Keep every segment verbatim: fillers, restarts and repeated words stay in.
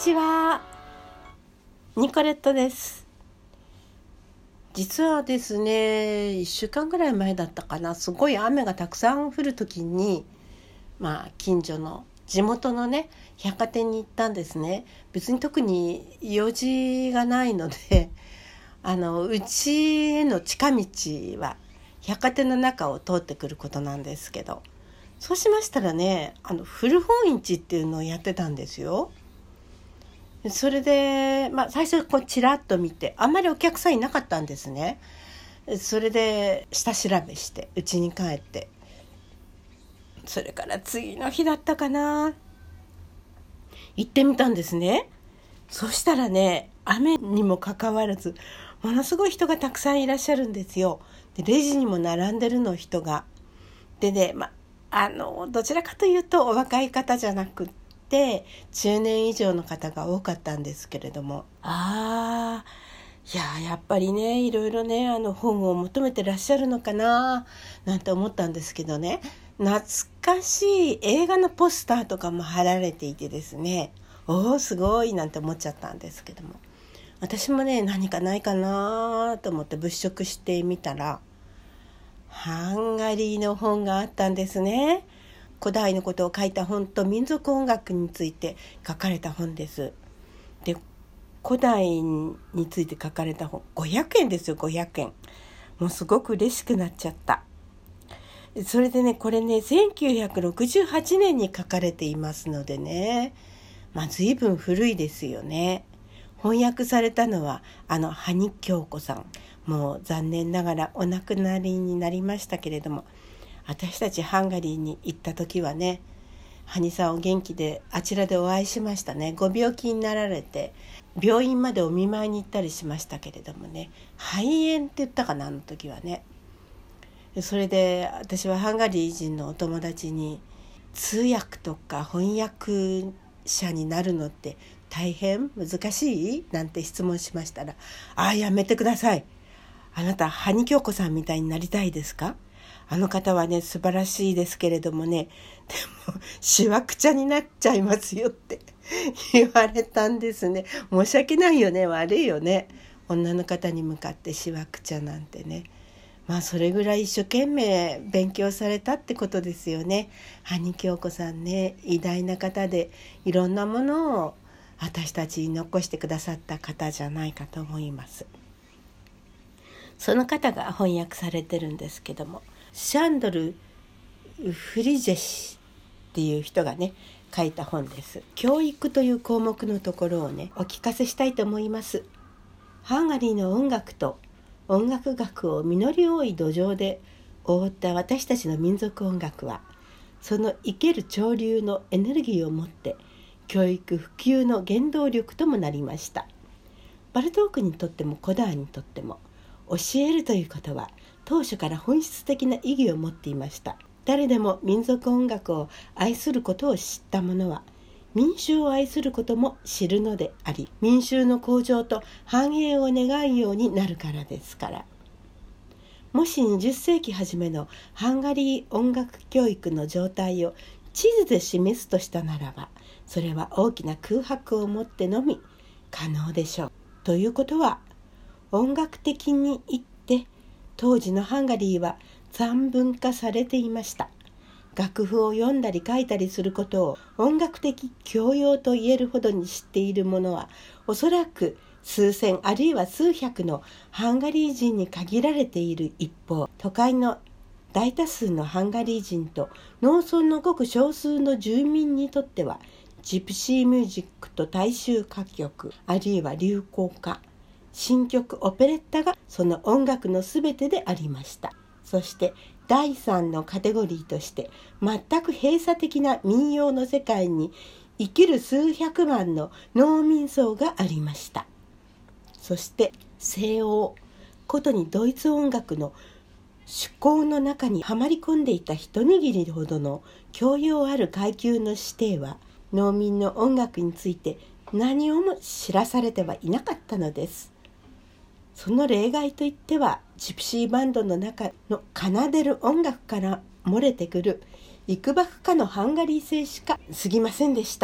ちは、ニコレットです。実はですね、いっしゅうかんぐらい前だったかな、すごい雨がたくさん降る時に、まあ近所の地元のね百貨店に行ったんですね。別に特に用事がないので、あのうちへの近道は百貨店の中を通ってくることなんですけど、そうしましたらね、あの古本市っていうのをやってたんですよ。それで、まあ、最初こうチラッと見て、あんまりお客さんいなかったんですね。それで下調べして家に帰って、それから次の日だったかな、行ってみたんですね。そしたらね、雨にもかかわらずものすごい人がたくさんいらっしゃるんですよ。でレジにも並んでるの人が。でね、まあのどちらかというとお若い方じゃなくって中年以上の方が多かったんですけれども、あーいややっぱりね、いろいろね、あの本を求めてらっしゃるのかななんて思ったんですけどね、懐かしい映画のポスターとかも貼られていてですね、おーすごいなんて思っちゃったんですけども、私もね何かないかなと思って物色してみたら、ハンガリーの本があったんですね。古代のことを書いた本と民族音楽について書かれた本です。で、古代について書かれた本ごひゃくえんですよ。ごひゃくえん。もうすごく嬉しくなっちゃった。それでね、これねせんきゅうひゃくろくじゅうはちねんに書かれていますのでね、まあ随分古いですよね。翻訳されたのはあの埴京子さん、もう残念ながらお亡くなりになりましたけれども、私たちハンガリーに行った時はね、埴さんお元気であちらでお会いしましたね。ご病気になられて病院までお見舞いに行ったりしましたけれどもね、肺炎って言ったかな、あの時はね。それで私はハンガリー人のお友達に、通訳とか翻訳者になるのって大変難しいなんて質問しましたら、ああやめてください、あなた埴京子さんみたいになりたいですか、あの方はね素晴らしいですけれどもね、でもしわくちゃになっちゃいますよって言われたんですね。申し訳ないよね、悪いよね、女の方に向かってしわくちゃなんてね。まあそれぐらい一生懸命勉強されたってことですよね。埴京子さんね、偉大な方で、いろんなものを私たちに残してくださった方じゃないかと思います。その方が翻訳されてるんですけども、シャンドル・フリジェシっていう人がね書いた本です。教育という項目のところをねお聞かせしたいと思います。ハンガリーの音楽と音楽学を実り多い土壌で覆った私たちの民族音楽は、その生ける潮流のエネルギーを持って教育普及の原動力ともなりました。バルトークにとってもコダーにとっても、教えるということは当初から本質的な意義を持っていました。誰でも民族音楽を愛することを知った者は、民衆を愛することも知るのであり、民衆の向上と繁栄を願うようになるからですから。もしにじゅっせいき初めのハンガリー音楽教育の状態を地図で示すとしたならば、それは大きな空白をもってのみ可能でしょう。ということは、音楽的に言って当時のハンガリーは残文化されていました。楽譜を読んだり書いたりすることを音楽的教養と言えるほどに知っている者は、おそらく数千あるいは数百のハンガリー人に限られている一方、都会の大多数のハンガリー人と農村のごく少数の住民にとっては、ジプシーミュージックと大衆歌曲、あるいは流行歌、新曲オペレッタがその音楽のすべてでありました。そしてだいさんのカテゴリーとして、全く閉鎖的な民謡の世界に生きる数百万の農民層がありました。そして西欧、ことにドイツ音楽の趣向の中にはまり込んでいた一握りほどの教養ある階級の指定は、農民の音楽について何をも知らされてはいなかったのです。その例外といっては、ジプシーバンドの中の奏でる音楽から漏れてくる幾ばくかのハンガリー製しか過ぎませんでした。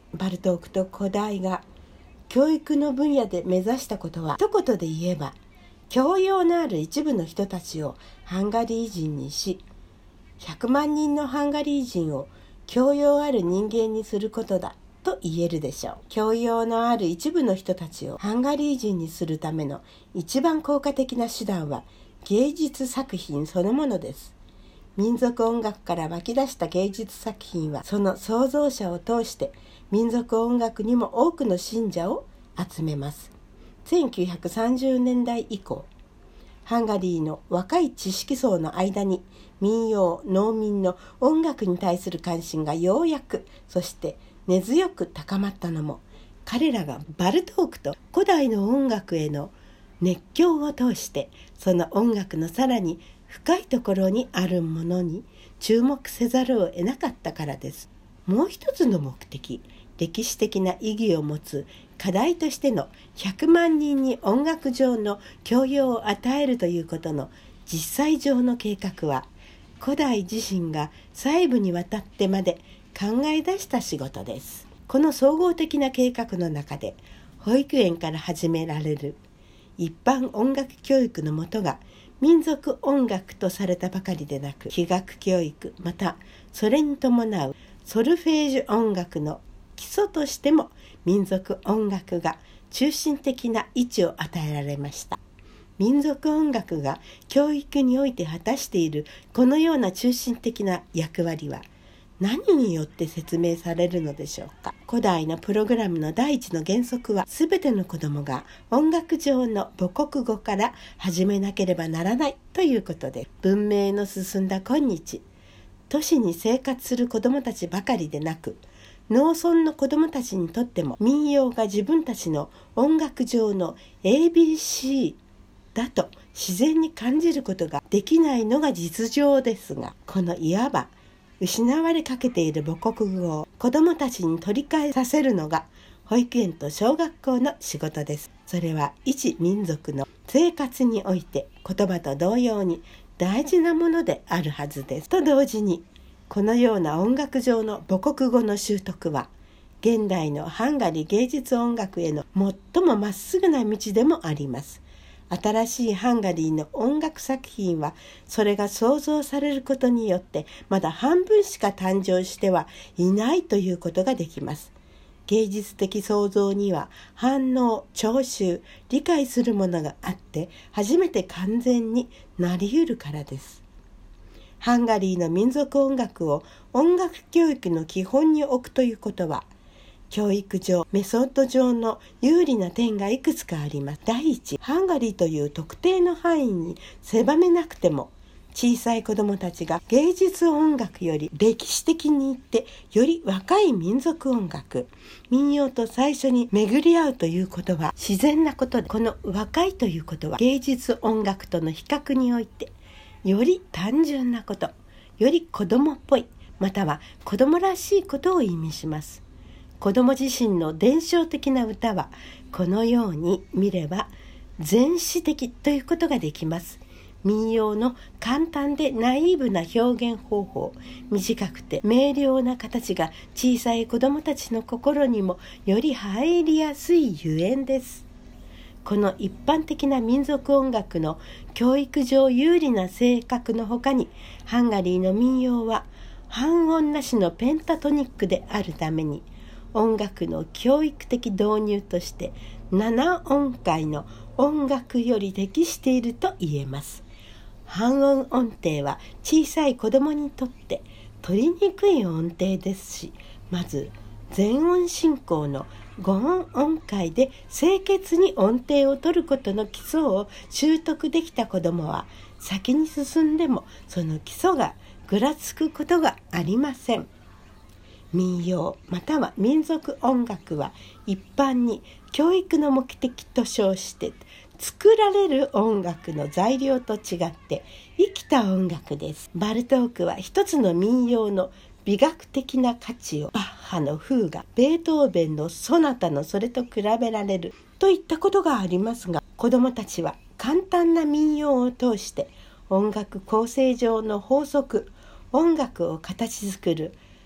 バルトークと古代が教育の分野で目指したことは、一言で言えば教養のある一部の人たちをハンガリー人にし、ひゃくまんにんのハンガリー人を教養ある人間にすることだと言えるでしょう。教養のある一部の人たちをハンガリー人にするための一番効果的な手段は芸術作品そのものです。民族音楽から湧き出した芸術作品は、その創造者を通して民族音楽にも多くの信者を集めます。せんきゅうひゃくさんじゅうねんだい以降、ハンガリーの若い知識層の間に民謡、農民の音楽に対する関心がようやく、そして根強く高まったのも、彼らがバルトークと古代の音楽への熱狂を通して、その音楽のさらに深いところにあるものに注目せざるを得なかったからです。もう一つの目的、歴史的な意義を持つ課題としてのひゃくまんにんに音楽上の教養を与えるということの実際上の計画は、古代自身が細部にわたってまで考え出した仕事です。この総合的な計画の中で、保育園から始められる一般音楽教育のもとが民族音楽とされたばかりでなく、器楽教育、またそれに伴うソルフェージュ音楽の基礎としても民族音楽が中心的な位置を与えられました。民族音楽が教育において果たしているこのような中心的な役割は何によって説明されるのでしょうか。古代のプログラムの第一の原則は、すべての子どもが音楽上の母国語から始めなければならないということで、文明の進んだ今日、都市に生活する子どもたちばかりでなく、農村の子どもたちにとっても民謡が自分たちの音楽上の エービーシー だと自然に感じることができないのが実情ですが、このいわば失われかけている母国語を子どもたちに取り返させるのが保育園と小学校の仕事です。それは一民族の生活において言葉と同様に大事なものであるはずです。と同時に、このような音楽上の母国語の習得は、現代のハンガリー芸術音楽への最もまっすぐな道でもあります。新しいハンガリーの音楽作品は、それが創造されることによってまだ半分しか誕生してはいないということができます。芸術的創造には反応、聴衆、理解するものがあって初めて完全になり得るからです。ハンガリーの民族音楽を音楽教育の基本に置くということは、教育上、メソッド上の有利な点がいくつかあります。第一、ハンガリーという特定の範囲に狭めなくても、小さい子どもたちが芸術音楽より歴史的に言ってより若い民族音楽、民謡と最初に巡り合うということは自然なことで、この若いということは芸術音楽との比較においてより単純なこと、より子どもっぽい、または子どもらしいことを意味します。子ども自身の伝承的な歌はこのように見れば前史的ということができます。民謡の簡単でナイーブな表現方法、短くて明瞭な形が小さい子どもたちの心にもより入りやすいゆえんです。この一般的な民族音楽の教育上有利な性格のほかに、ハンガリーの民謡は半音なしのペンタトニックであるために、音楽の教育的導入としてなな音階の音楽より適していると言えます。半音音程は小さい子どもにとって取りにくい音程ですし、まず全音進行のご音音階で清潔に音程を取ることの基礎を習得できた子どもは、先に進んでもその基礎がぐらつくことがありません。民謡または民族音楽は一般に教育の目的と称して作られる音楽の材料と違って生きた音楽です。バルトークは一つの民謡の美学的な価値をバッハのフーガ、ベートーベンのソナタのそれと比べられるといったことがありますが、子どもたちは簡単な民謡を通して音楽構成上の法則、音楽を形作る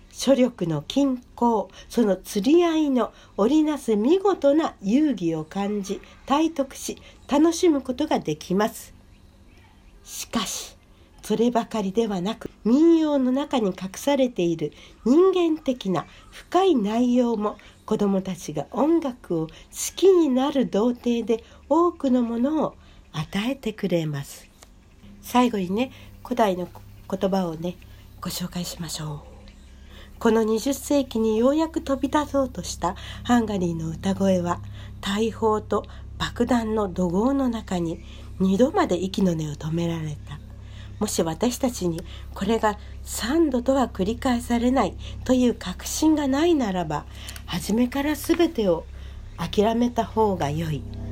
諸力の均衡、その釣り合いの織りなす見事な遊戯を感じ、体得し、楽しむことができます。しかし、そればかりではなく、民謡の中に隠されている人間的な深い内容も、子どもたちが音楽を好きになる童貞で多くのものを与えてくれます。最後にね、古代の言葉をね、ご紹介しましょう。このにじゅっせいきにようやく飛び出そうとしたハンガリーの歌声は、大砲と爆弾の怒号の中ににどまで息の根を止められた。もし私たちにこれがさんどとは繰り返されないという確信がないならば、初めから全てを諦めた方が良い。